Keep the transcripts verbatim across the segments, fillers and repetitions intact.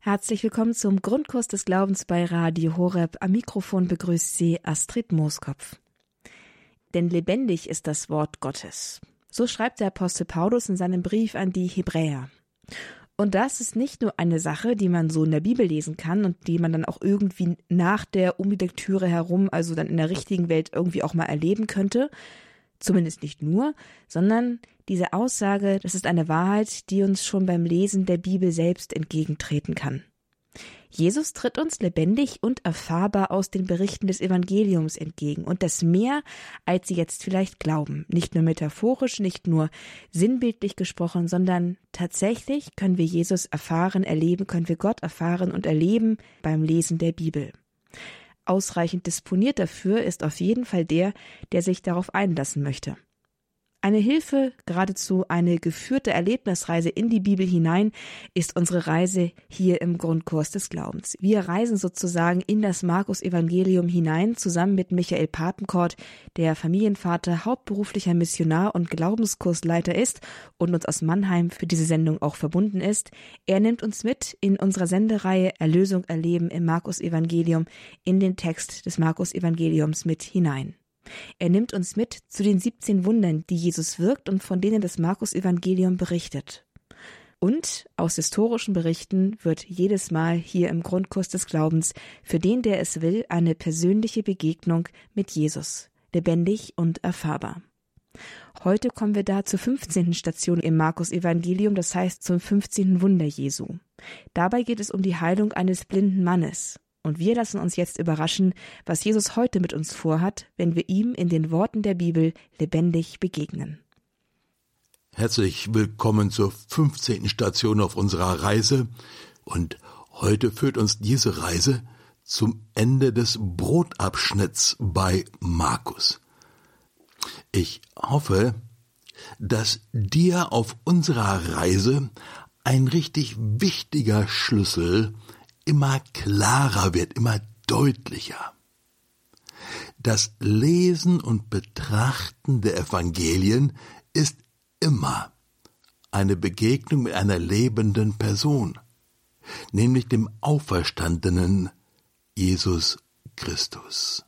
Herzlich willkommen zum Grundkurs des Glaubens bei Radio Horeb. Am Mikrofon begrüßt Sie Astrid Mooskopf. Denn lebendig ist das Wort Gottes. So schreibt der Apostel Paulus in seinem Brief an die Hebräer. Und das ist nicht nur eine Sache, die man so in der Bibel lesen kann und die man dann auch irgendwie nach der um die Lektüre herum, also dann in der richtigen Welt irgendwie auch mal erleben könnte. Zumindest nicht nur, sondern diese Aussage, das ist eine Wahrheit, die uns schon beim Lesen der Bibel selbst entgegentreten kann. Jesus tritt uns lebendig und erfahrbar aus den Berichten des Evangeliums entgegen und das mehr, als Sie jetzt vielleicht glauben. Nicht nur metaphorisch, nicht nur sinnbildlich gesprochen, sondern tatsächlich können wir Jesus erfahren, erleben, können wir Gott erfahren und erleben beim Lesen der Bibel. Ausreichend disponiert dafür ist auf jeden Fall der, der sich darauf einlassen möchte. Eine Hilfe, geradezu eine geführte Erlebnisreise in die Bibel hinein, ist unsere Reise hier im Grundkurs des Glaubens. Wir reisen sozusagen in das Markus-Evangelium hinein, zusammen mit Michael Papenkort, der Familienvater, hauptberuflicher Missionar und Glaubenskursleiter ist und uns aus Mannheim für diese Sendung auch verbunden ist. Er nimmt uns mit in unserer Sendereihe Erlösung erleben im Markus-Evangelium in den Text des Markus-Evangeliums mit hinein. Er nimmt uns mit zu den siebzehn Wundern, die Jesus wirkt und von denen das Markus-Evangelium berichtet. Und aus historischen Berichten wird jedes Mal hier im Grundkurs des Glaubens für den, der es will, eine persönliche Begegnung mit Jesus, lebendig und erfahrbar. Heute kommen wir da zur fünfzehnten Station im Markus-Evangelium, das heißt zum fünfzehnten Wunder Jesu. Dabei geht es um die Heilung eines blinden Mannes. Und wir lassen uns jetzt überraschen, was Jesus heute mit uns vorhat, wenn wir ihm in den Worten der Bibel lebendig begegnen. Herzlich willkommen zur fünfzehnten Station auf unserer Reise. Und heute führt uns diese Reise zum Ende des Brotabschnitts bei Markus. Ich hoffe, dass dir auf unserer Reise ein richtig wichtiger Schlüssel immer klarer wird, immer deutlicher. Das Lesen und Betrachten der Evangelien ist immer eine Begegnung mit einer lebenden Person, nämlich dem auferstandenen Jesus Christus.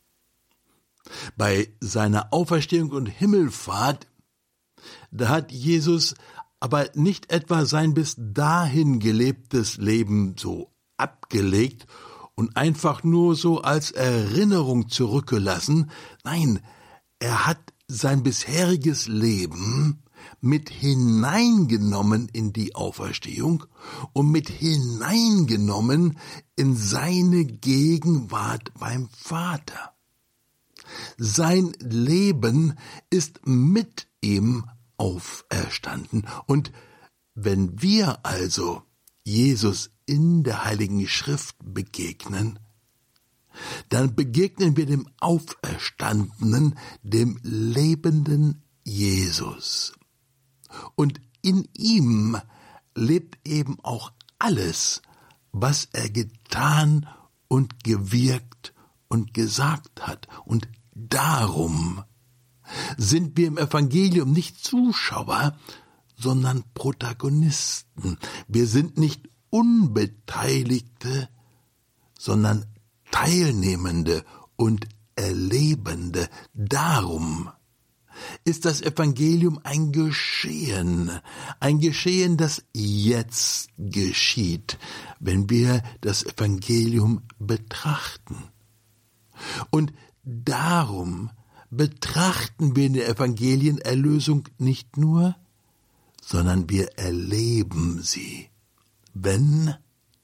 Bei seiner Auferstehung und Himmelfahrt, da hat Jesus aber nicht etwa sein bis dahin gelebtes Leben so abgelegt und einfach nur so als Erinnerung zurückgelassen. Nein, er hat sein bisheriges Leben mit hineingenommen in die Auferstehung und mit hineingenommen in seine Gegenwart beim Vater. Sein Leben ist mit ihm auferstanden. Und wenn wir also Jesus in der Heiligen Schrift begegnen, dann begegnen wir dem Auferstandenen, dem lebenden Jesus. Und in ihm lebt eben auch alles, was er getan und gewirkt und gesagt hat. Und darum sind wir im Evangelium nicht Zuschauer, sondern Protagonisten. Wir sind nicht Unbeteiligte, sondern Teilnehmende und Erlebende. Darum ist das Evangelium ein Geschehen, ein Geschehen, das jetzt geschieht, wenn wir das Evangelium betrachten. Und darum betrachten wir in den Evangelien Erlösung nicht nur, sondern wir erleben sie, wenn,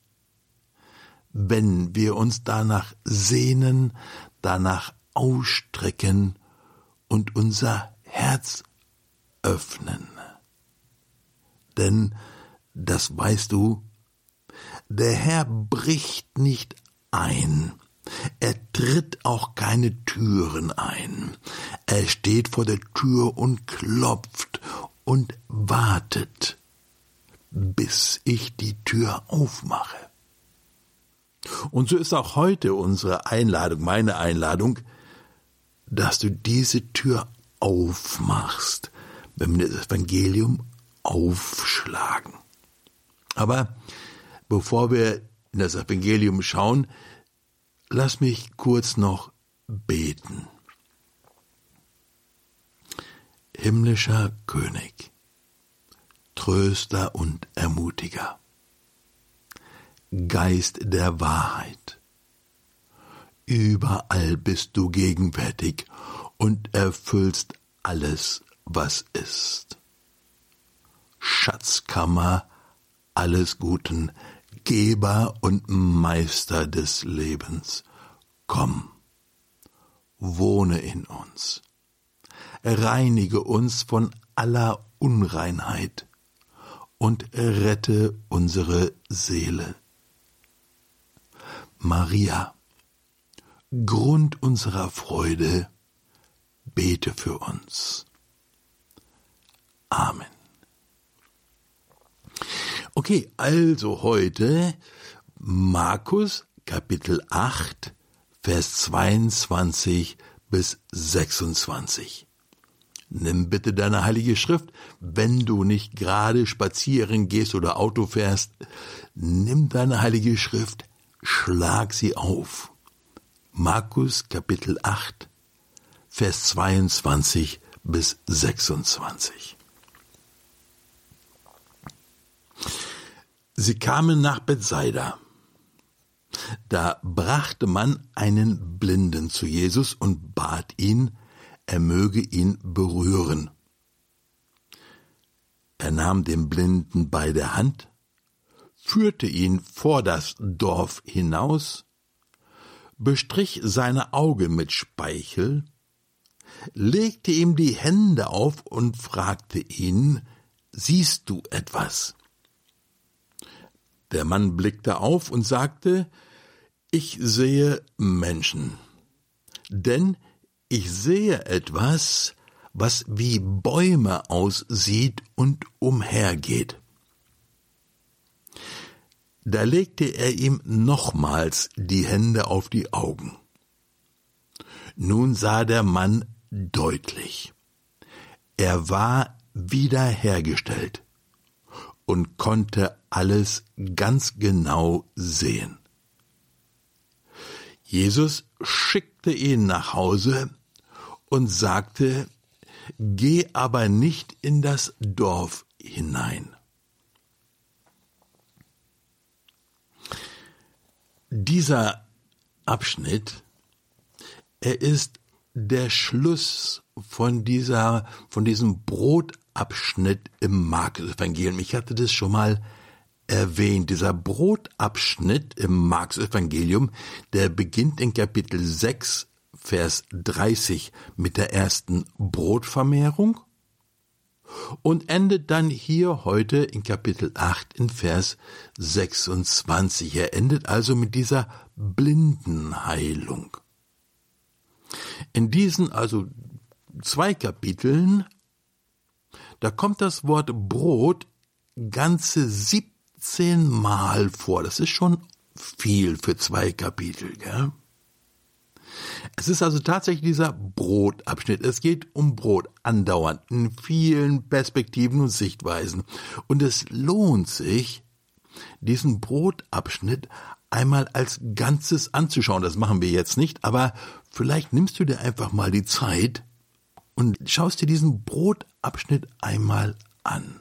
wenn wir uns danach sehnen, danach ausstrecken und unser Herz öffnen. Denn, das weißt du, der Herr bricht nicht ein. Er tritt auch keine Türen ein. Er steht vor der Tür und klopft und wartet, bis ich die Tür aufmache. Und so ist auch heute unsere Einladung, meine Einladung, dass du diese Tür aufmachst, wenn wir das Evangelium aufschlagen. Aber Bevor wir in das Evangelium schauen, lass mich kurz noch beten. Himmlischer König, Tröster und Ermutiger, Geist der Wahrheit, überall bist du gegenwärtig und erfüllst alles, was ist. Schatzkammer alles Guten, Geber und Meister des Lebens, komm, wohne in uns, reinige uns von aller Unreinheit und rette unsere Seele. Maria, Grund unserer Freude, bete für uns. Amen. Okay, also heute Markus Kapitel acht, Vers zweiundzwanzig bis sechsundzwanzig. Nimm bitte deine Heilige Schrift, wenn du nicht gerade spazieren gehst oder Auto fährst, nimm deine Heilige Schrift, schlag sie auf. Markus Kapitel acht, Vers zweiundzwanzig bis sechsundzwanzig. Sie kamen nach Bethsaida. Da brachte man einen Blinden zu Jesus und bat ihn, er möge ihn berühren. Er nahm den Blinden bei der Hand, führte ihn vor das Dorf hinaus, bestrich seine Augen mit Speichel, legte ihm die Hände auf und fragte ihn, siehst du etwas? Der Mann blickte auf und sagte, ich sehe Menschen, denn ich sehe etwas, was wie Bäume aussieht und umhergeht. Da legte er ihm nochmals die Hände auf die Augen. Nun sah der Mann deutlich. Er war wiederhergestellt und konnte alles ganz genau sehen. Jesus schickte ihn nach Hause und sagte, geh aber nicht in das Dorf hinein. Dieser Abschnitt, er ist der Schluss von dieser, von diesem Brotabschnitt im Markus-Evangelium. Ich hatte das schon mal erwähnt. Dieser Brotabschnitt im Markus-Evangelium, der beginnt in Kapitel sechs, Vers dreißig mit der ersten Brotvermehrung und endet dann hier heute in Kapitel acht in Vers sechsundzwanzig. Er endet also mit dieser Blindenheilung. In diesen also zwei Kapiteln, da kommt das Wort Brot ganze siebzehn Mal vor. Das ist schon viel für zwei Kapitel, gell? Es ist also tatsächlich dieser Brotabschnitt. Es geht um Brot andauernd in vielen Perspektiven und Sichtweisen. Und es lohnt sich, diesen Brotabschnitt einmal als Ganzes anzuschauen. Das machen wir jetzt nicht, aber vielleicht nimmst du dir einfach mal die Zeit und schaust dir diesen Brotabschnitt einmal an.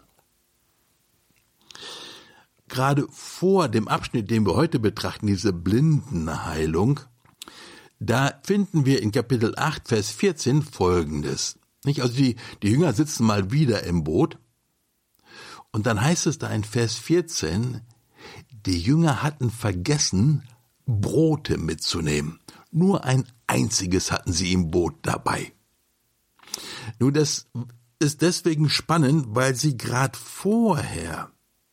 Gerade vor dem Abschnitt, den wir heute betrachten, diese Blindenheilung, da finden wir in Kapitel acht, Vers vierzehn Folgendes. Nicht? Also die, die Jünger sitzen mal wieder im Boot und dann heißt es da in Vers vierzehn, die Jünger hatten vergessen, Brote mitzunehmen. Nur ein einziges hatten sie im Boot dabei. Nun, das ist deswegen spannend, weil sie gerade vorher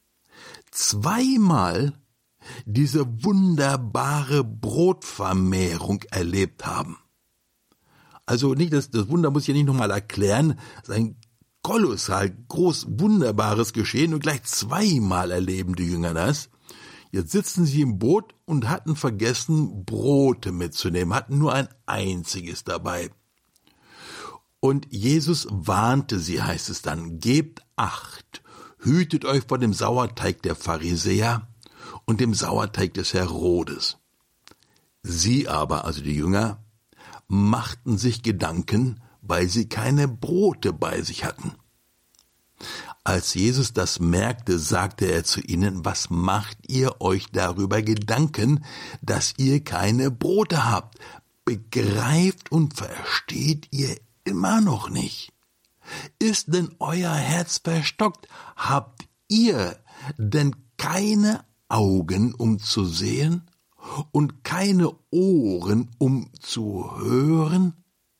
zweimal diese wunderbare Brotvermehrung erlebt haben. Also nicht, das, das Wunder muss ich ja nicht nochmal erklären, das ist ein kolossal groß, wunderbares Geschehen und gleich zweimal erleben die Jünger das. Jetzt sitzen sie im Boot und hatten vergessen, Brote mitzunehmen, hatten nur ein einziges dabei. Und Jesus warnte sie, heißt es dann, gebt Acht, hütet euch vor dem Sauerteig der Pharisäer und dem Sauerteig des Herodes. Sie aber, also die Jünger, machten sich Gedanken, weil sie keine Brote bei sich hatten. Als Jesus das merkte, sagte er zu ihnen: Was macht ihr euch darüber Gedanken, dass ihr keine Brote habt? Begreift und versteht ihr immer noch nicht? Ist denn euer Herz verstockt? Habt ihr denn keine Augen, um zu sehen, und keine Ohren, um zu hören?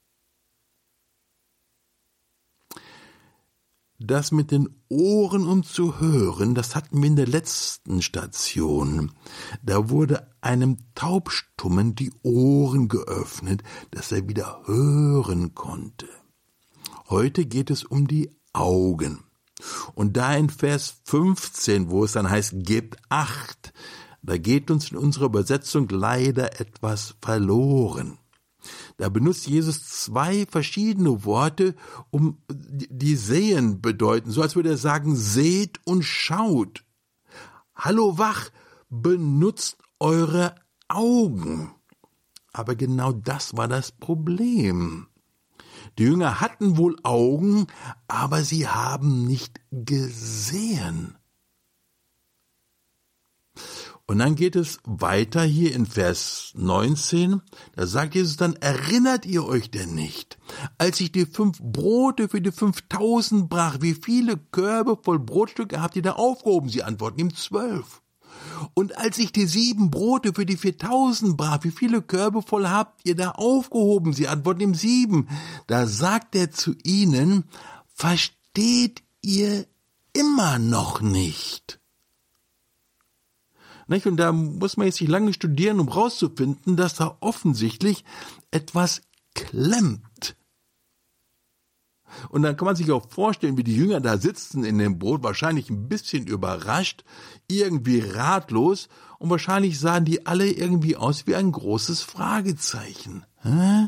Das mit den Ohren, um zu hören, das hatten wir in der letzten Station. Da wurde einem Taubstummen die Ohren geöffnet, dass er wieder hören konnte. Heute geht es um die Augen. Und da in Vers fünfzehn, wo es dann heißt, gebt Acht, da geht uns in unserer Übersetzung leider etwas verloren. Da benutzt Jesus zwei verschiedene Worte, um die sehen bedeuten, so als würde er sagen, seht und schaut. Hallo wach, benutzt eure Augen. Aber genau das war das Problem. Die Jünger hatten wohl Augen, aber sie haben nicht gesehen. Und dann geht es weiter hier in Vers neunzehn, da sagt Jesus dann, erinnert ihr euch denn nicht, als ich die fünf Brote für die fünftausend brach, wie viele Körbe voll Brotstücke habt ihr da aufgehoben? Sie antworten ihm zwölf. Und als ich die sieben Brote für die viertausend brach, wie viele Körbe voll habt ihr da aufgehoben? Sie antworten ihm sieben. Da sagt er zu ihnen, versteht ihr immer noch nicht? Und da muss man jetzt nicht lange studieren, um rauszufinden, dass da offensichtlich etwas klemmt. Und dann kann man sich auch vorstellen, wie die Jünger da sitzen in dem Boot, wahrscheinlich ein bisschen überrascht, irgendwie ratlos, und wahrscheinlich sahen die alle irgendwie aus wie ein großes Fragezeichen. Hä?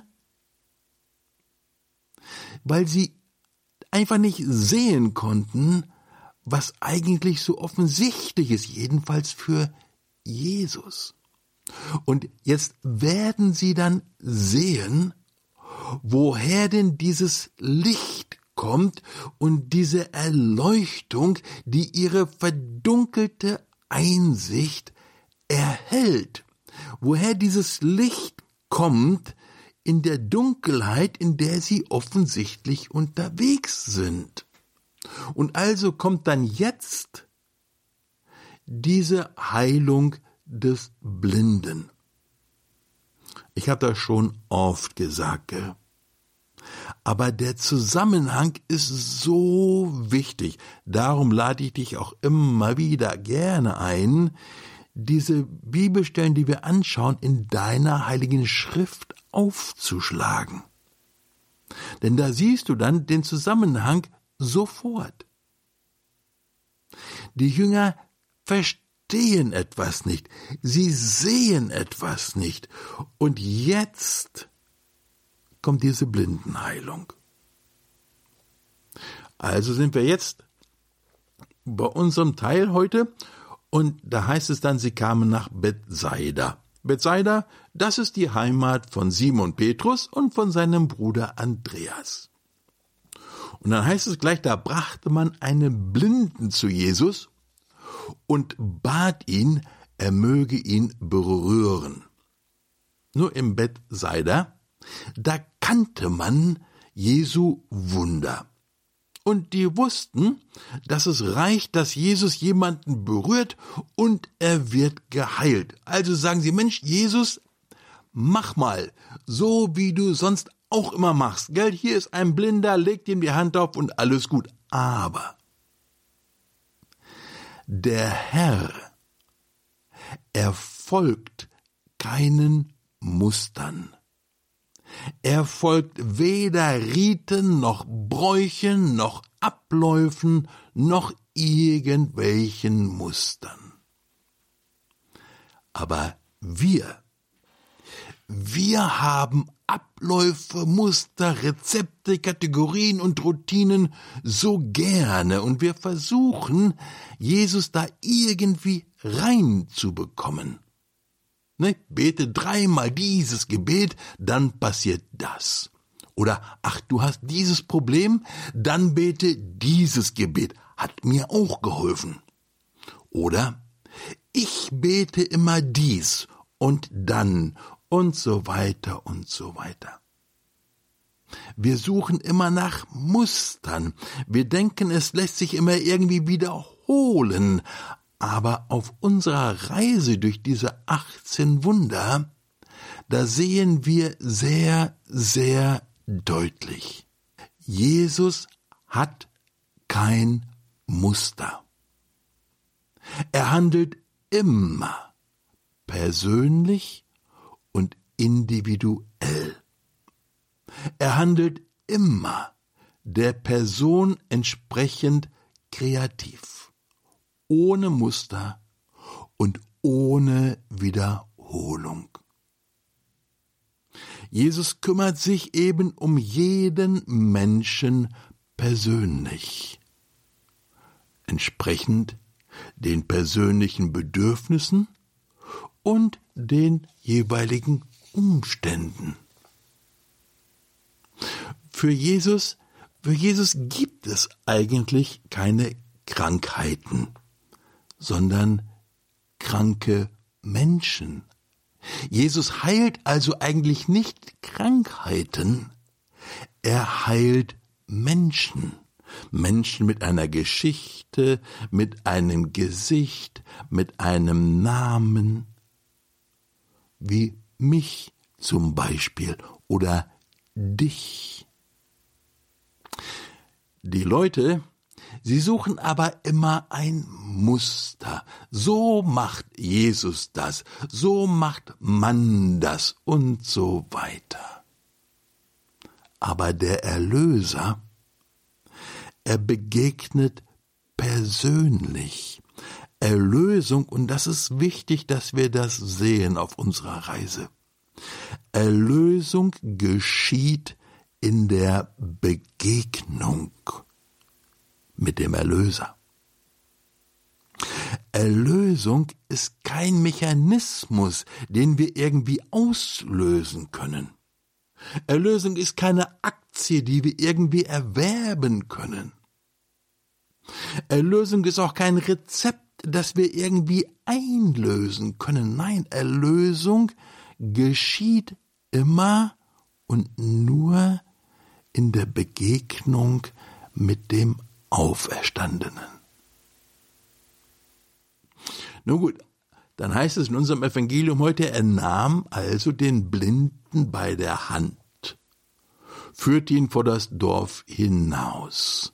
Weil sie einfach nicht sehen konnten, was eigentlich so offensichtlich ist, jedenfalls für Jesus. Und jetzt werden sie dann sehen, woher denn dieses Licht kommt und diese Erleuchtung, die ihre verdunkelte Einsicht erhält. Woher dieses Licht kommt in der Dunkelheit, in der sie offensichtlich unterwegs sind. Und also kommt dann jetzt diese Heilung des Blinden. Ich habe das schon oft gesagt, gell? Aber der Zusammenhang ist so wichtig. Darum lade ich dich auch immer wieder gerne ein, diese Bibelstellen, die wir anschauen, in deiner heiligen Schrift aufzuschlagen. Denn da siehst du dann den Zusammenhang sofort. Die Jünger verstehen etwas nicht, sie sehen etwas nicht, und jetzt kommt diese Blindenheilung. Also sind wir jetzt bei unserem Teil heute, und da heißt es dann, sie kamen nach Bethsaida. Bethsaida, das ist die Heimat von Simon Petrus und von seinem Bruder Andreas. Und dann heißt es gleich, da brachte man einen Blinden zu Jesus und bat ihn, er möge ihn berühren. Nur im Bethsaida, da kannte man Jesu Wunder. Und die wussten, dass es reicht, dass Jesus jemanden berührt und er wird geheilt. Also sagen sie, Mensch, Jesus, mach mal, so wie du sonst auch immer machst. Gell, hier ist ein Blinder, leg ihm die Hand auf und alles gut. Aber der Herr, er folgt keinen Mustern. Er folgt weder Riten noch Bräuchen noch Abläufen noch irgendwelchen Mustern. Aber wir, wir haben Abläufe, Muster, Rezepte, Kategorien und Routinen so gerne, und wir versuchen, Jesus da irgendwie rein zu bekommen. Ne? Bete dreimal dieses Gebet, dann passiert das. Oder, ach, du hast dieses Problem, dann bete dieses Gebet, hat mir auch geholfen. Oder, ich bete immer dies und dann und so weiter und so weiter. Wir suchen immer nach Mustern. Wir denken, es lässt sich immer irgendwie wiederholen. Aber auf unserer Reise durch diese achtzehn Wunder, da sehen wir sehr, sehr deutlich: Jesus hat kein Muster. Er handelt immer persönlich und individuell. Er handelt immer der Person entsprechend kreativ, ohne Muster und ohne Wiederholung. Jesus kümmert sich eben um jeden Menschen persönlich, entsprechend den persönlichen Bedürfnissen und den jeweiligen Umständen. Für Jesus, für Jesus gibt es eigentlich keine Krankheiten, sondern kranke Menschen. Jesus heilt also eigentlich nicht Krankheiten, er heilt Menschen. Menschen mit einer Geschichte, mit einem Gesicht, mit einem Namen, wie mich zum Beispiel oder dich. Die Leute, sie suchen aber immer ein Muster. So macht Jesus das, so macht man das und so weiter. Aber der Erlöser, er begegnet persönlich. Erlösung, und das ist wichtig, dass wir das sehen auf unserer Reise. Erlösung geschieht in der Begegnung mit dem Erlöser. Erlösung ist kein Mechanismus, den wir irgendwie auslösen können. Erlösung ist keine Aktie, die wir irgendwie erwerben können. Erlösung ist auch kein Rezept, das wir irgendwie einlösen können. Nein, Erlösung geschieht immer und nur in der Begegnung mit dem Auferstandenen. Nun gut, dann heißt es in unserem Evangelium heute, er nahm also den Blinden bei der Hand, führte ihn vor das Dorf hinaus.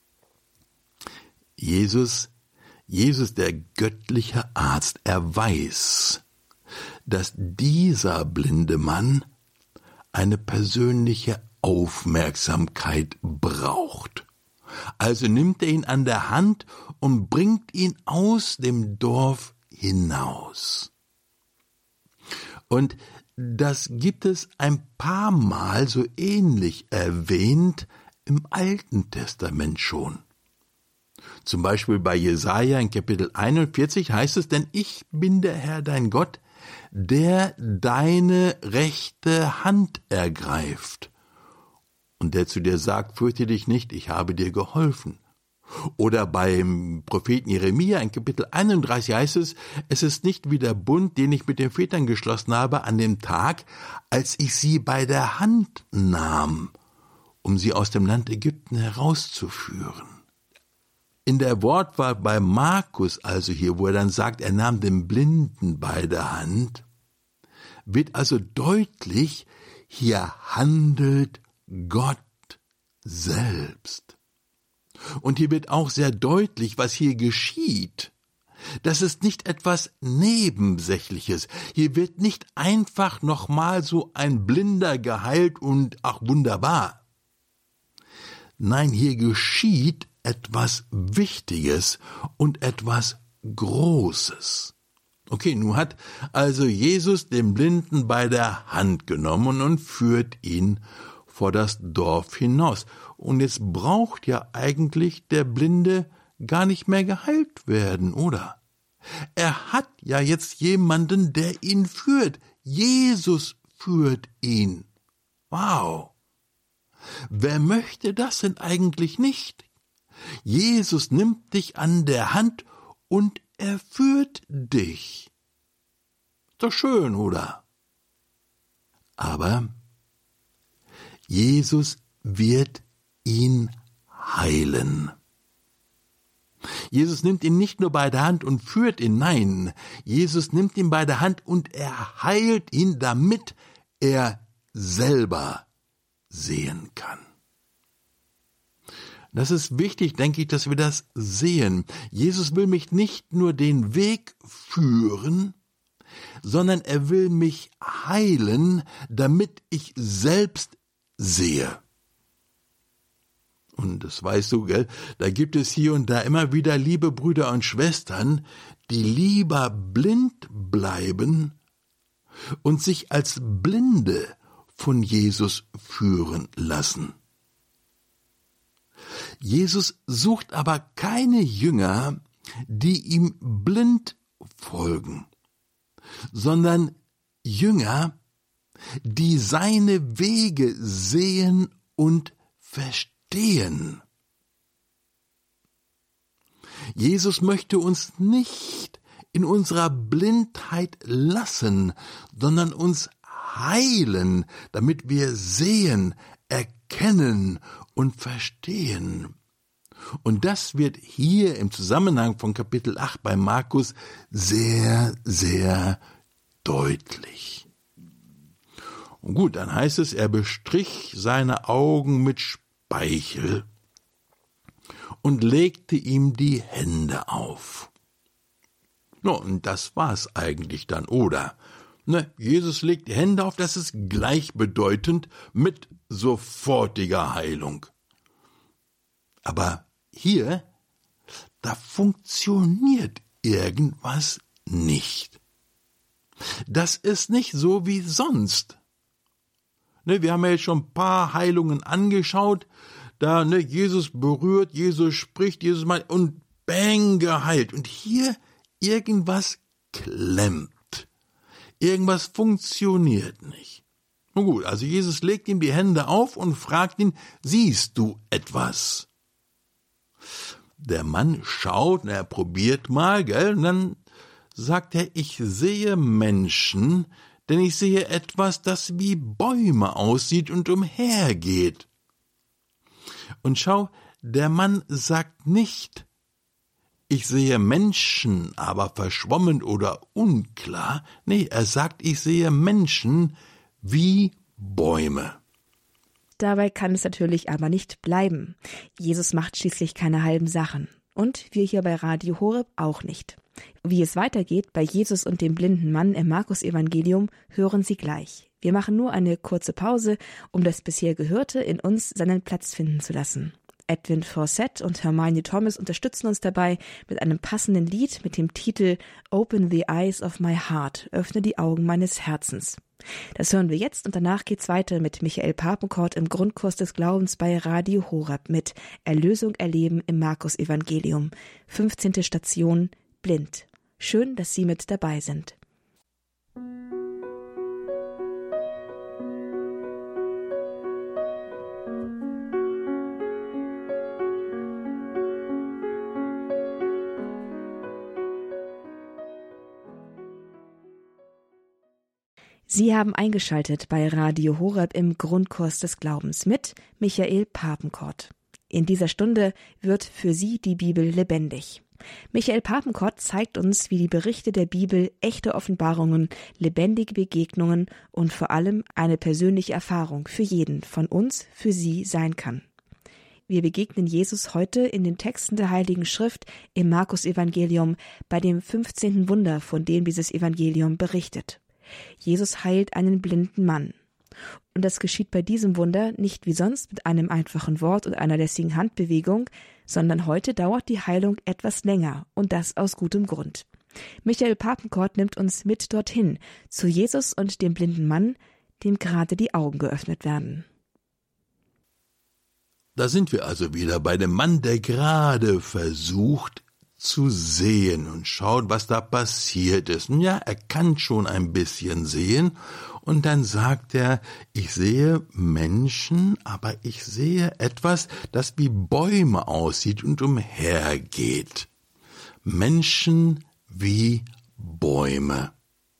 Jesus, Jesus, der göttliche Arzt, er weiß, dass dieser blinde Mann eine persönliche Aufmerksamkeit braucht. Also nimmt er ihn an der Hand und bringt ihn aus dem Dorf hinaus. Und das gibt es ein paar Mal so ähnlich erwähnt im Alten Testament schon. Zum Beispiel bei Jesaja in Kapitel einundvierzig heißt es, denn ich bin der Herr dein Gott, der deine rechte Hand ergreift und der zu dir sagt, fürchte dich nicht, ich habe dir geholfen. Oder beim Propheten Jeremia in Kapitel einunddreißig heißt es, es ist nicht wie der Bund, den ich mit den Vätern geschlossen habe an dem Tag, als ich sie bei der Hand nahm, um sie aus dem Land Ägypten herauszuführen. In der Wortwahl bei Markus, also hier, wo er dann sagt, er nahm den Blinden bei der Hand, wird also deutlich, hier handelt Gott selbst. Und hier wird auch sehr deutlich, was hier geschieht. Das ist nicht etwas Nebensächliches. Hier wird nicht einfach nochmal so ein Blinder geheilt und ach wunderbar. Nein, hier geschieht etwas Wichtiges und etwas Großes. Okay, nun hat also Jesus den Blinden bei der Hand genommen und führt ihn vor das Dorf hinaus. Und jetzt braucht ja eigentlich der Blinde gar nicht mehr geheilt werden, oder? Er hat ja jetzt jemanden, der ihn führt. Jesus führt ihn. Wow. Wer möchte das denn eigentlich nicht? Jesus nimmt dich an der Hand und er führt dich. Ist doch schön, oder? Aber Jesus wird ihn heilen. Jesus nimmt ihn nicht nur bei der Hand und führt ihn, nein, Jesus nimmt ihn bei der Hand und er heilt ihn, damit er selber sehen kann. Das ist wichtig, denke ich, dass wir das sehen. Jesus will mich nicht nur den Weg führen, sondern er will mich heilen, damit ich selbst sehe. Und das weißt du, gell, da gibt es hier und da immer wieder liebe Brüder und Schwestern, die lieber blind bleiben und sich als Blinde von Jesus führen lassen. Jesus sucht aber keine Jünger, die ihm blind folgen, sondern Jünger, die seine Wege sehen und verstehen. Jesus möchte uns nicht in unserer Blindheit lassen, sondern uns heilen, damit wir sehen, erkennen und verstehen. Und das wird hier im Zusammenhang von Kapitel acht bei Markus sehr, sehr deutlich. Und gut, dann heißt es, er bestrich seine Augen mit Speichel und legte ihm die Hände auf. No, und das war's eigentlich dann, oder? Ne, Jesus legt die Hände auf, das ist gleichbedeutend mit sofortiger Heilung. Aber hier, da funktioniert irgendwas nicht. Das ist nicht so wie sonst. Ne, wir haben ja jetzt schon ein paar Heilungen angeschaut, da ne, Jesus berührt, Jesus spricht, Jesus meint und bang, geheilt. Und hier irgendwas klemmt. Irgendwas funktioniert nicht. Nun gut, also Jesus legt ihm die Hände auf und fragt ihn, siehst du etwas? Der Mann schaut, er probiert mal, gell, und dann sagt er, ich sehe Menschen, denn ich sehe etwas, das wie Bäume aussieht und umhergeht. Und schau, der Mann sagt nicht, ich sehe Menschen, aber verschwommen oder unklar. Nee, er sagt, ich sehe Menschen wie Bäume. Dabei kann es natürlich aber nicht bleiben. Jesus macht schließlich keine halben Sachen. Und wir hier bei Radio Horeb auch nicht. Wie es weitergeht bei Jesus und dem blinden Mann im Markus-Evangelium, hören Sie gleich. Wir machen nur eine kurze Pause, um das bisher Gehörte in uns seinen Platz finden zu lassen. Edwin Forsett und Hermione Thomas unterstützen uns dabei mit einem passenden Lied mit dem Titel Open the Eyes of My Heart, öffne die Augen meines Herzens. Das hören wir jetzt und danach geht's weiter mit Michael Papenkort im Grundkurs des Glaubens bei Radio Horeb mit Erlösung erleben im Markus-Evangelium. fünfzehnte Station, blind. Schön, dass Sie mit dabei sind. Sie haben eingeschaltet bei Radio Horeb im Grundkurs des Glaubens mit Michael Papenkort. In dieser Stunde wird für Sie die Bibel lebendig. Michael Papenkort zeigt uns, wie die Berichte der Bibel echte Offenbarungen, lebendige Begegnungen und vor allem eine persönliche Erfahrung für jeden von uns, für Sie sein kann. Wir begegnen Jesus heute in den Texten der Heiligen Schrift im Markus-Evangelium bei dem fünfzehnten Wunder, von dem dieses Evangelium berichtet. Jesus heilt einen blinden Mann. Und das geschieht bei diesem Wunder nicht wie sonst mit einem einfachen Wort und einer lässigen Handbewegung, sondern heute dauert die Heilung etwas länger und das aus gutem Grund. Michael Papenkort nimmt uns mit dorthin, zu Jesus und dem blinden Mann, dem gerade die Augen geöffnet werden. Da sind wir also wieder bei dem Mann, der gerade versucht zu sehen und schaut, was da passiert ist. Und ja, er kann schon ein bisschen sehen. Und dann sagt er, ich sehe Menschen, aber ich sehe etwas, das wie Bäume aussieht und umhergeht. Menschen wie Bäume.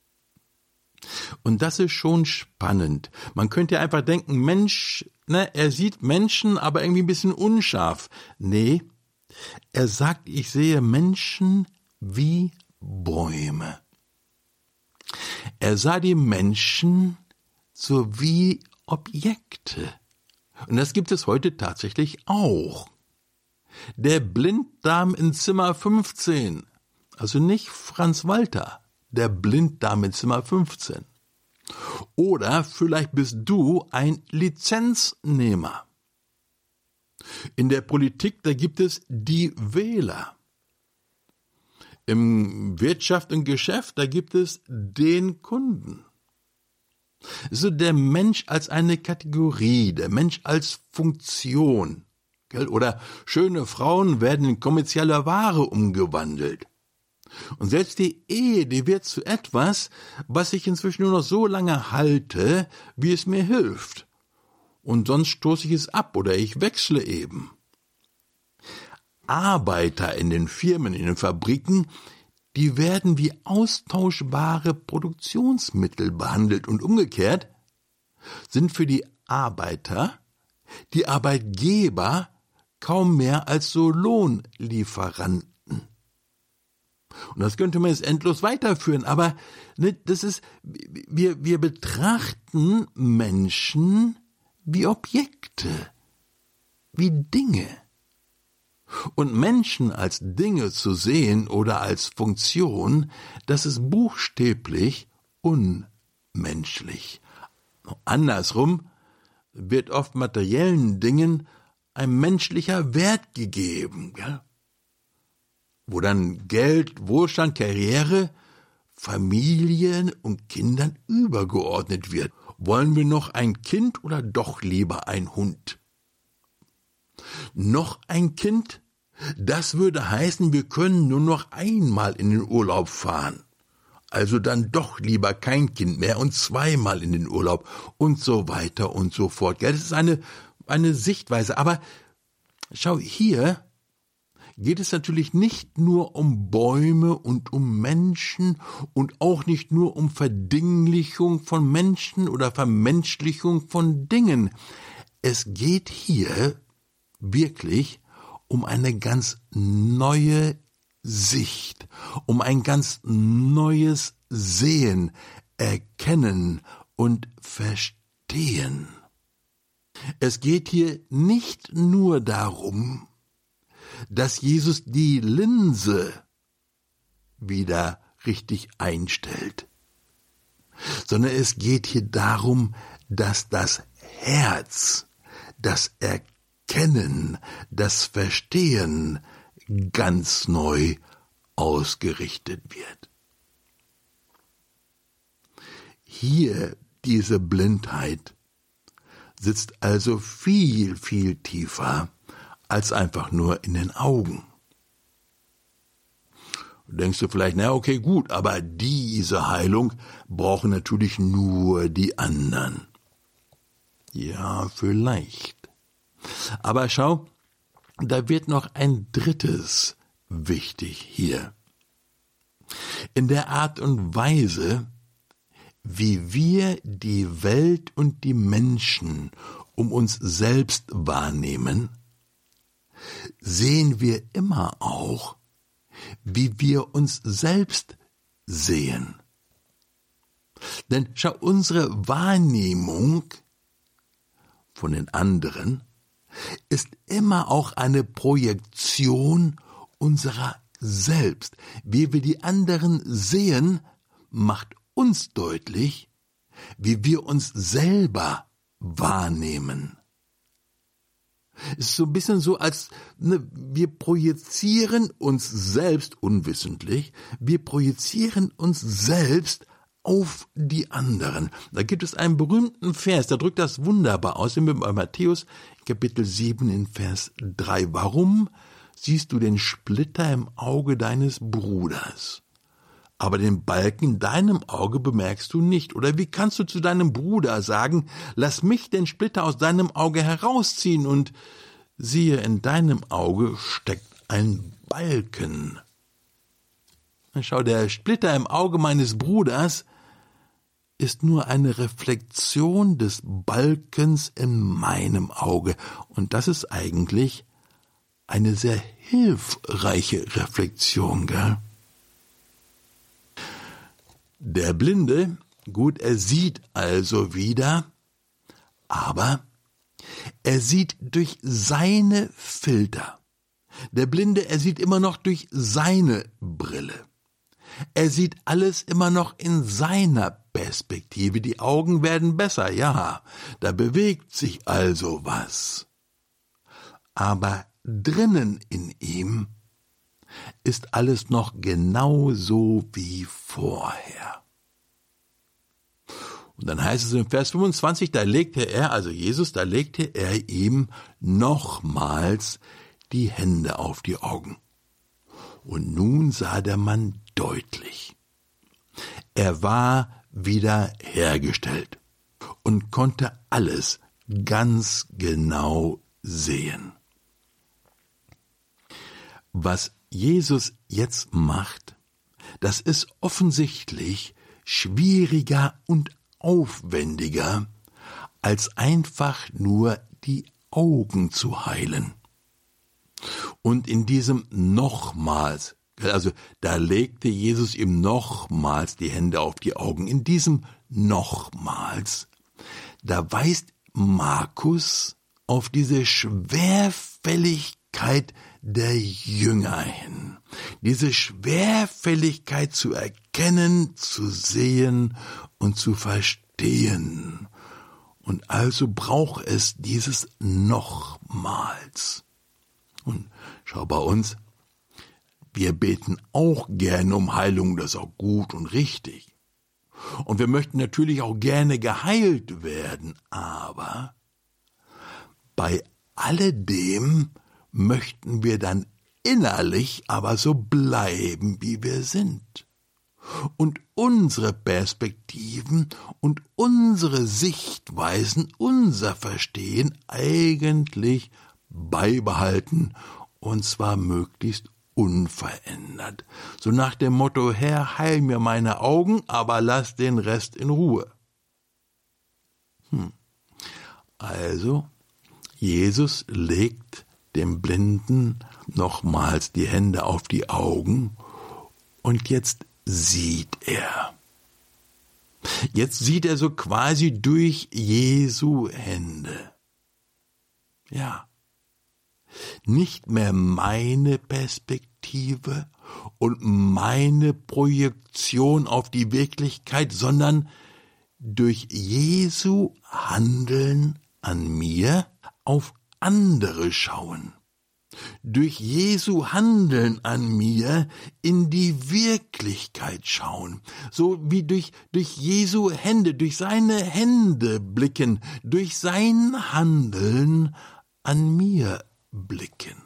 Und das ist schon spannend. Man könnte ja einfach denken, Mensch, ne, er sieht Menschen, aber irgendwie ein bisschen unscharf. Nee, er sagt, ich sehe Menschen wie Bäume. Er sah die Menschen so wie Objekte. Und das gibt es heute tatsächlich auch. Der Blinddarm in Zimmer fünfzehn, also nicht Franz Walter, der Blinddarm in Zimmer fünfzehn. Oder vielleicht bist du ein Lizenznehmer. In der Politik, da gibt es die Wähler. Im Wirtschaft und Geschäft, da gibt es den Kunden. So der Mensch als eine Kategorie, der Mensch als Funktion. Oder schöne Frauen werden in kommerzielle Ware umgewandelt. Und selbst die Ehe, die wird zu etwas, was ich inzwischen nur noch so lange halte, wie es mir hilft. Und sonst stoße ich es ab oder ich wechsle eben. Arbeiter in den Firmen, in den Fabriken, die werden wie austauschbare Produktionsmittel behandelt und umgekehrt sind für die Arbeiter die Arbeitgeber kaum mehr als so Lohnlieferanten. Und das könnte man jetzt endlos weiterführen, aber ne, das ist, wir, wir betrachten Menschen wie Objekte, wie Dinge. Und Menschen als Dinge zu sehen oder als Funktion, das ist buchstäblich unmenschlich. Andersrum wird oft materiellen Dingen ein menschlicher Wert gegeben, ja? Wo dann Geld, Wohlstand, Karriere, Familien und Kindern übergeordnet wird. Wollen wir noch ein Kind oder doch lieber ein Hund? Noch ein Kind? Das würde heißen, wir können nur noch einmal in den Urlaub fahren. Also dann doch lieber kein Kind mehr und zweimal in den Urlaub und so weiter und so fort. Ja, das ist eine, eine Sichtweise. Aber schau, hier geht es natürlich nicht nur um Bäume und um Menschen und auch nicht nur um Verdinglichung von Menschen oder Vermenschlichung von Dingen. Es geht hier wirklich um eine ganz neue Sicht, um ein ganz neues Sehen, Erkennen und Verstehen. Es geht hier nicht nur darum, dass Jesus die Linse wieder richtig einstellt, sondern es geht hier darum, dass das Herz, das Erkennen, das Verstehen ganz neu ausgerichtet wird. Hier diese Blindheit sitzt also viel, viel tiefer als einfach nur in den Augen. Denkst du vielleicht, na okay, gut, aber diese Heilung brauchen natürlich nur die anderen. Ja, vielleicht. Aber schau, da wird noch ein drittes wichtig hier. In der Art und Weise, wie wir die Welt und die Menschen um uns selbst wahrnehmen, sehen wir immer auch, wie wir uns selbst sehen. Denn schau, unsere Wahrnehmung von den anderen ist immer auch eine Projektion unserer selbst. Wie wir die anderen sehen, macht uns deutlich, wie wir uns selber wahrnehmen. Es ist so ein bisschen so, als ne, wir projizieren uns selbst unwissentlich, wir projizieren uns selbst auf die anderen. Da gibt es einen berühmten Vers, der drückt das wunderbar aus, in Matthäus Kapitel sieben in Vers drei. Warum siehst du den Splitter im Auge deines Bruders, aber den Balken in deinem Auge bemerkst du nicht. Oder wie kannst du zu deinem Bruder sagen, lass mich den Splitter aus deinem Auge herausziehen, und siehe, in deinem Auge steckt ein Balken. Schau, der Splitter im Auge meines Bruders ist nur eine Reflexion des Balkens in meinem Auge. Und das ist eigentlich eine sehr hilfreiche Reflexion, gell? Der Blinde, gut, er sieht also wieder, aber er sieht durch seine Filter. Der Blinde, er sieht immer noch durch seine Brille. Er sieht alles immer noch in seiner Perspektive. Die Augen werden besser, ja, da bewegt sich also was. Aber drinnen in ihm ist alles noch genau so wie vorher. Und dann heißt es in Vers fünfundzwanzig, da legte er, also Jesus, da legte er ihm nochmals die Hände auf die Augen. Und nun sah der Mann deutlich. Er war wieder hergestellt und konnte alles ganz genau sehen. Was Jesus jetzt macht, das ist offensichtlich schwieriger und aufwendiger, als einfach nur die Augen zu heilen. Und in diesem nochmals, also da legte Jesus ihm nochmals die Hände auf die Augen, in diesem nochmals, da weist Markus auf diese Schwerfälligkeit der Jünger hin. Diese Schwerfälligkeit zu erkennen, zu sehen und zu verstehen. Und also braucht es dieses nochmals. Und schau bei uns, wir beten auch gerne um Heilung, das ist auch gut und richtig. Und wir möchten natürlich auch gerne geheilt werden, aber bei alledem möchten wir dann innerlich aber so bleiben, wie wir sind. Und unsere Perspektiven und unsere Sichtweisen, unser Verstehen eigentlich beibehalten, und zwar möglichst unverändert. So nach dem Motto, Herr, heil mir meine Augen, aber lass den Rest in Ruhe. Hm. Also, Jesus legt dem Blinden nochmals die Hände auf die Augen und jetzt sieht er. Jetzt sieht er so quasi durch Jesu Hände. Ja, nicht mehr meine Perspektive und meine Projektion auf die Wirklichkeit, sondern durch Jesu Handeln an mir auf andere schauen. Durch Jesu Handeln an mir in die Wirklichkeit schauen, so wie durch, durch Jesu Hände, durch seine Hände blicken, durch sein Handeln an mir blicken.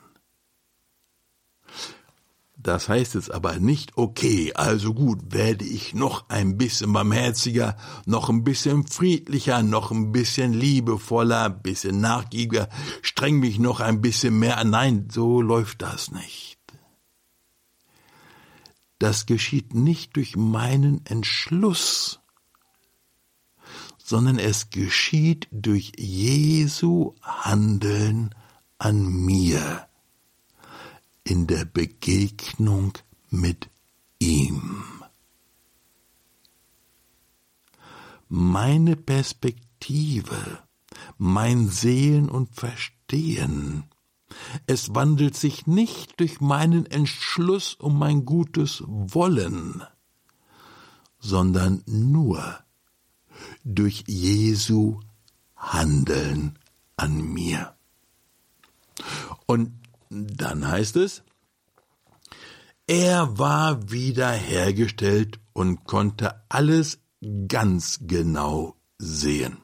Das heißt jetzt aber nicht, okay, also gut, werde ich noch ein bisschen barmherziger, noch ein bisschen friedlicher, noch ein bisschen liebevoller, ein bisschen nachgiebiger, streng mich noch ein bisschen mehr an. Nein, so läuft das nicht. Das geschieht nicht durch meinen Entschluss, sondern es geschieht durch Jesu Handeln an mir, in der Begegnung mit ihm. Meine Perspektive, mein Sehen und Verstehen, es wandelt sich nicht durch meinen Entschluss um mein gutes Wollen, sondern nur durch Jesu Handeln an mir. Und dann heißt es, er war wiederhergestellt und konnte alles ganz genau sehen.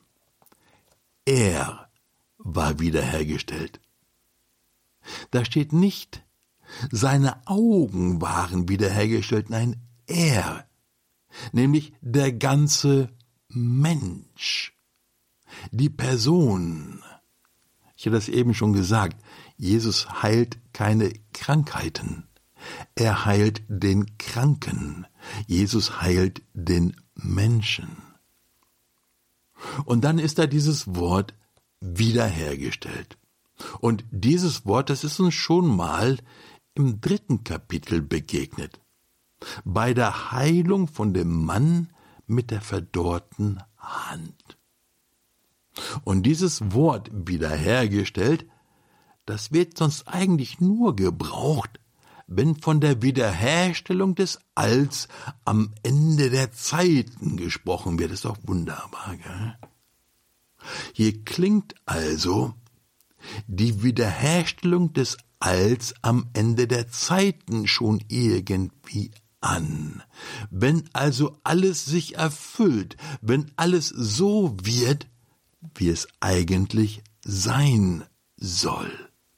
Er war wiederhergestellt. Da steht nicht, Seine Augen waren wiederhergestellt, nein, er, nämlich der ganze Mensch, die Person. Ich hatte das eben schon gesagt, Jesus heilt keine Krankheiten, er heilt den Kranken, Jesus heilt den Menschen. Und dann ist da dieses Wort wiederhergestellt. Und dieses Wort, das ist uns schon mal im dritten Kapitel begegnet. Bei der Heilung von dem Mann mit der verdorrten Hand. Und dieses Wort wiederhergestellt, das wird sonst eigentlich nur gebraucht, wenn von der Wiederherstellung des Alls am Ende der Zeiten gesprochen wird. Das ist doch wunderbar, gell? Hier klingt also die Wiederherstellung des Alls am Ende der Zeiten schon irgendwie an. Wenn also alles sich erfüllt, wenn alles so wird, wie es eigentlich sein soll.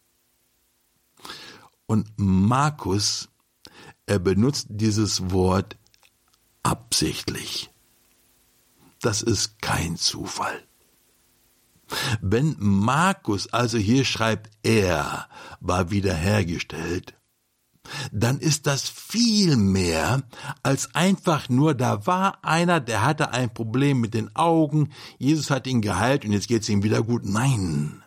Und Markus, er benutzt dieses Wort absichtlich. Das ist kein Zufall. Wenn Markus also hier schreibt, er war wiederhergestellt, dann ist das viel mehr als einfach nur, da war einer, der hatte ein Problem mit den Augen, Jesus hat ihn geheilt und jetzt geht's ihm wieder gut. Nein.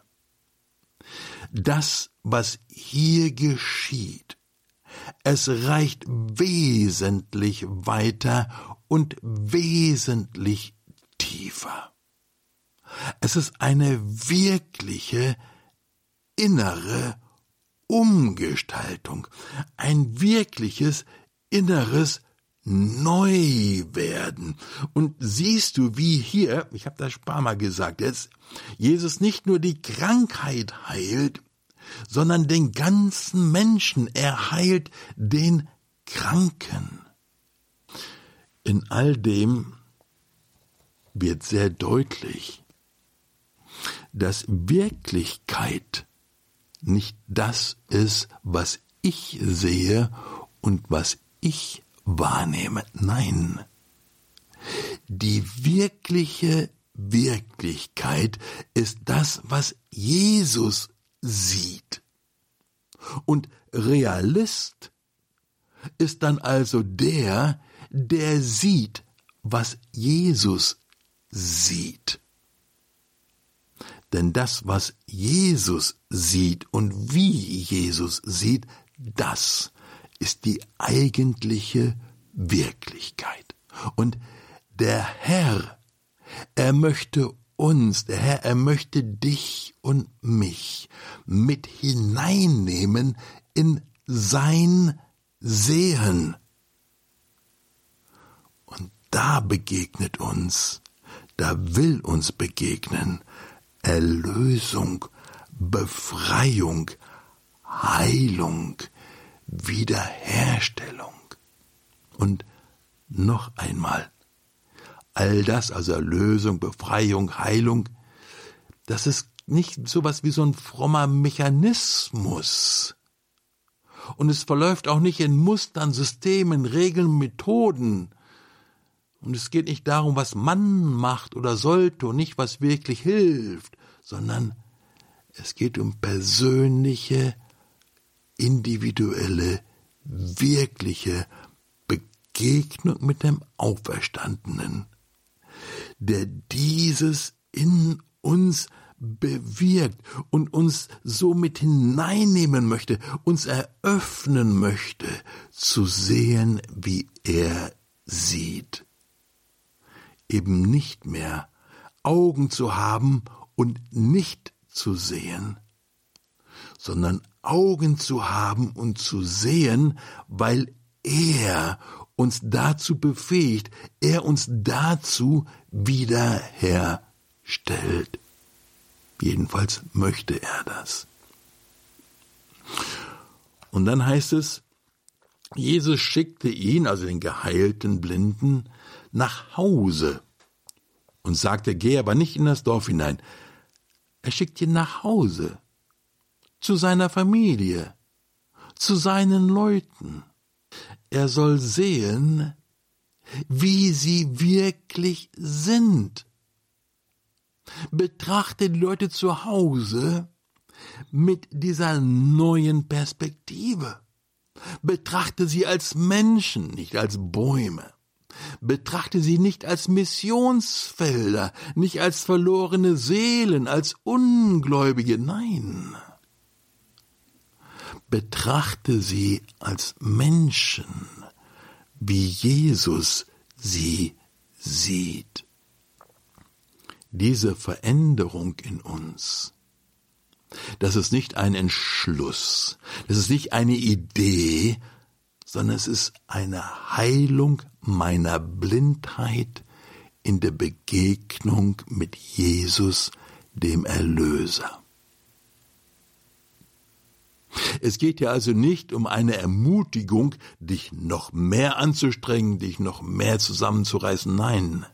Das, was hier geschieht, es reicht wesentlich weiter und wesentlich tiefer. Es ist eine wirkliche innere Umgestaltung, ein wirkliches inneres Neuwerden. Und siehst du, wie hier, ich habe das ein paar Mal gesagt jetzt, Jesus nicht nur die Krankheit heilt, sondern den ganzen Menschen. Er heilt den Kranken. In all dem wird sehr deutlich, dass Wirklichkeit nicht das ist, was ich sehe und was ich wahrnehme. Nein, die wirkliche Wirklichkeit ist das, was Jesus sieht. Und Realist ist dann also der, der sieht, was Jesus sieht. Denn das, was Jesus sieht und wie Jesus sieht, das ist die eigentliche Wirklichkeit. Und der Herr, er möchte uns, der Herr, er möchte dich und mich mit hineinnehmen in sein Sehen. Und da begegnet uns, da will uns begegnen, Erlösung, Befreiung, Heilung, Wiederherstellung. Und noch einmal, all das, also Erlösung, Befreiung, Heilung, das ist nicht sowas wie so ein frommer Mechanismus. Und es verläuft auch nicht in Mustern, Systemen, Regeln, Methoden. Und es geht nicht darum, was man macht oder sollte und nicht, was wirklich hilft, sondern es geht um persönliche, individuelle, wirkliche Begegnung mit dem Auferstandenen, der dieses in uns bewirkt und uns so mit hineinnehmen möchte, uns eröffnen möchte, zu sehen, wie er sieht. Eben nicht mehr Augen zu haben und nicht zu sehen, sondern Augen zu haben und zu sehen, weil er uns dazu befähigt, er uns dazu wiederherstellt. Jedenfalls möchte er das. Und dann heißt es, Jesus schickte ihn, also den geheilten Blinden, nach Hause und sagte, geh aber nicht in das Dorf hinein. Er schickt ihn nach Hause, zu seiner Familie, zu seinen Leuten. Er soll sehen, wie sie wirklich sind. Betrachte die Leute zu Hause mit dieser neuen Perspektive. Betrachte sie als Menschen, nicht als Bäume. Betrachte sie nicht als Missionsfelder, nicht als verlorene Seelen, als Ungläubige, nein. Betrachte sie als Menschen, wie Jesus sie sieht. Diese Veränderung in uns, das ist nicht ein Entschluss, das ist nicht eine Idee, sondern es ist eine Heilung meiner Blindheit in der Begegnung mit Jesus, dem Erlöser. Es geht ja also nicht um eine Ermutigung, dich noch mehr anzustrengen, dich noch mehr zusammenzureißen, nein.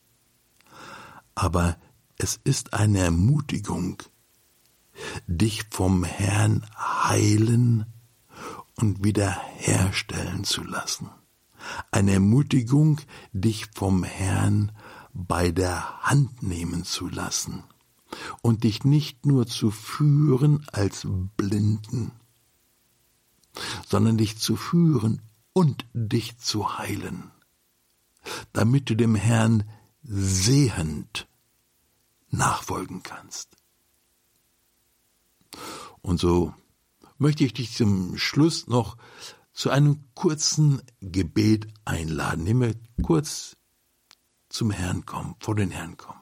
Aber es ist eine Ermutigung, dich vom Herrn heilen und wiederherstellen zu lassen. Eine Ermutigung, dich vom Herrn bei der Hand nehmen zu lassen und dich nicht nur zu führen als Blinden, sondern dich zu führen und dich zu heilen, damit du dem Herrn sehend nachfolgen kannst. Und so möchte ich dich zum Schluss noch zu einem kurzen Gebet einladen, indem wir kurz zum Herrn kommen, vor den Herrn kommen.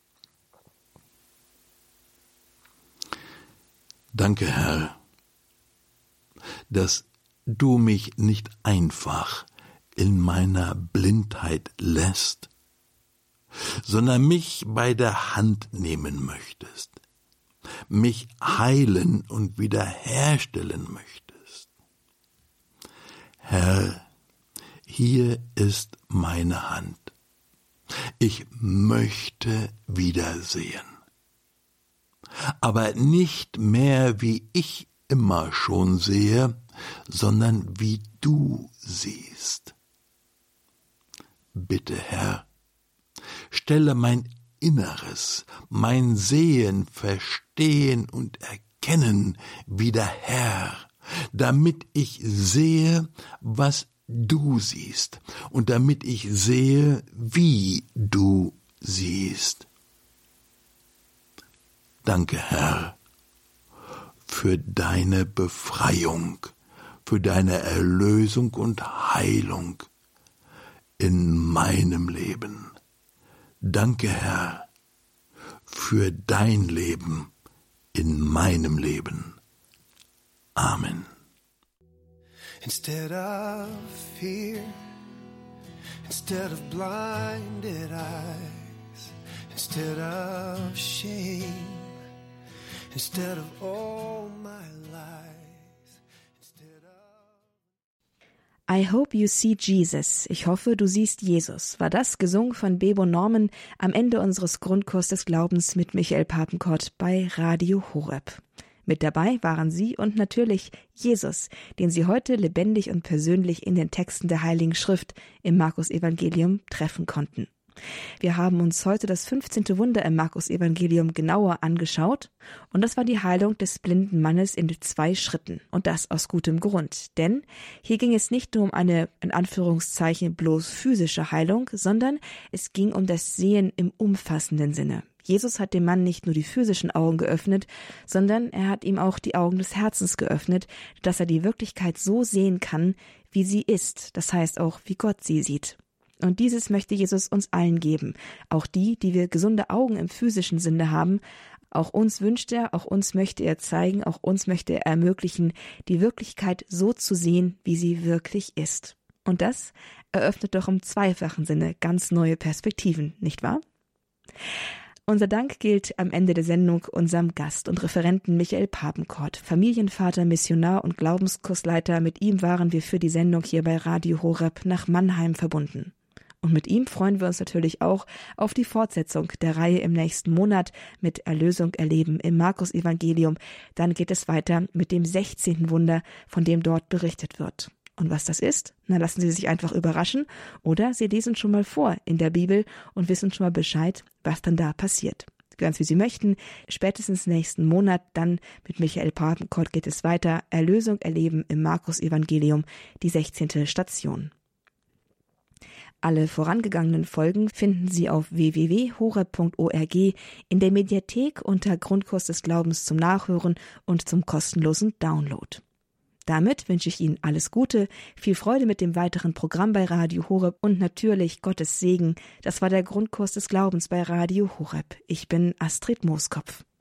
Danke, Herr, dass du mich nicht einfach in meiner Blindheit lässt, sondern mich bei der Hand nehmen möchtest, mich heilen und wiederherstellen möchtest. Herr, hier ist meine Hand. Ich möchte wiedersehen. Aber nicht mehr, wie ich immer schon sehe, sondern wie du siehst. Bitte, Herr, stelle mein Inneres, mein Sehen, Verstehen und Erkennen wieder her, damit ich sehe, was du siehst und damit ich sehe, wie du siehst. Danke, Herr, für deine Befreiung, für deine Erlösung und Heilung in meinem Leben. Danke, Herr, für dein Leben in meinem Leben. Amen. Instead of fear, instead of blinded eyes, instead of shame, instead of all my lies, instead of... I hope you see Jesus. Ich hoffe, du siehst Jesus. War das gesungen von Bebo Norman am Ende unseres Grundkurs des Glaubens mit Michael Papenkort bei Radio Horeb. Mit dabei waren Sie und natürlich Jesus, den Sie heute lebendig und persönlich in den Texten der Heiligen Schrift im Markus-Evangelium treffen konnten. Wir haben uns heute das fünfzehnte Wunder im Markus-Evangelium genauer angeschaut und das war die Heilung des blinden Mannes in zwei Schritten und das aus gutem Grund, denn hier ging es nicht nur um eine, in Anführungszeichen, bloß physische Heilung, sondern es ging um das Sehen im umfassenden Sinne. Jesus hat dem Mann nicht nur die physischen Augen geöffnet, sondern er hat ihm auch die Augen des Herzens geöffnet, dass er die Wirklichkeit so sehen kann, wie sie ist, das heißt auch, wie Gott sie sieht. Und dieses möchte Jesus uns allen geben, auch die, die wir gesunde Augen im physischen Sinne haben. Auch uns wünscht er, auch uns möchte er zeigen, auch uns möchte er ermöglichen, die Wirklichkeit so zu sehen, wie sie wirklich ist. Und das eröffnet doch im zweifachen Sinne ganz neue Perspektiven, nicht wahr? Unser Dank gilt am Ende der Sendung unserem Gast und Referenten Michael Papenkort, Familienvater, Missionar und Glaubenskursleiter. Mit ihm waren wir für die Sendung hier bei Radio Horeb nach Mannheim verbunden. Und mit ihm freuen wir uns natürlich auch auf die Fortsetzung der Reihe im nächsten Monat mit Erlösung erleben im Markus-Evangelium. Dann geht es weiter mit dem sechzehnten Wunder, von dem dort berichtet wird. Und was das ist? Na, lassen Sie sich einfach überraschen oder Sie lesen schon mal vor in der Bibel und wissen schon mal Bescheid, was dann da passiert. Ganz wie Sie möchten, spätestens nächsten Monat dann mit Michael Papenkort geht es weiter. Erlösung erleben im Markus-Evangelium, die sechzehnte Station. Alle vorangegangenen Folgen finden Sie auf w w w punkt horeb punkt org in der Mediathek unter Grundkurs des Glaubens zum Nachhören und zum kostenlosen Download. Damit wünsche ich Ihnen alles Gute, viel Freude mit dem weiteren Programm bei Radio Horeb und natürlich Gottes Segen. Das war der Grundkurs des Glaubens bei Radio Horeb. Ich bin Astrid Mooskopf.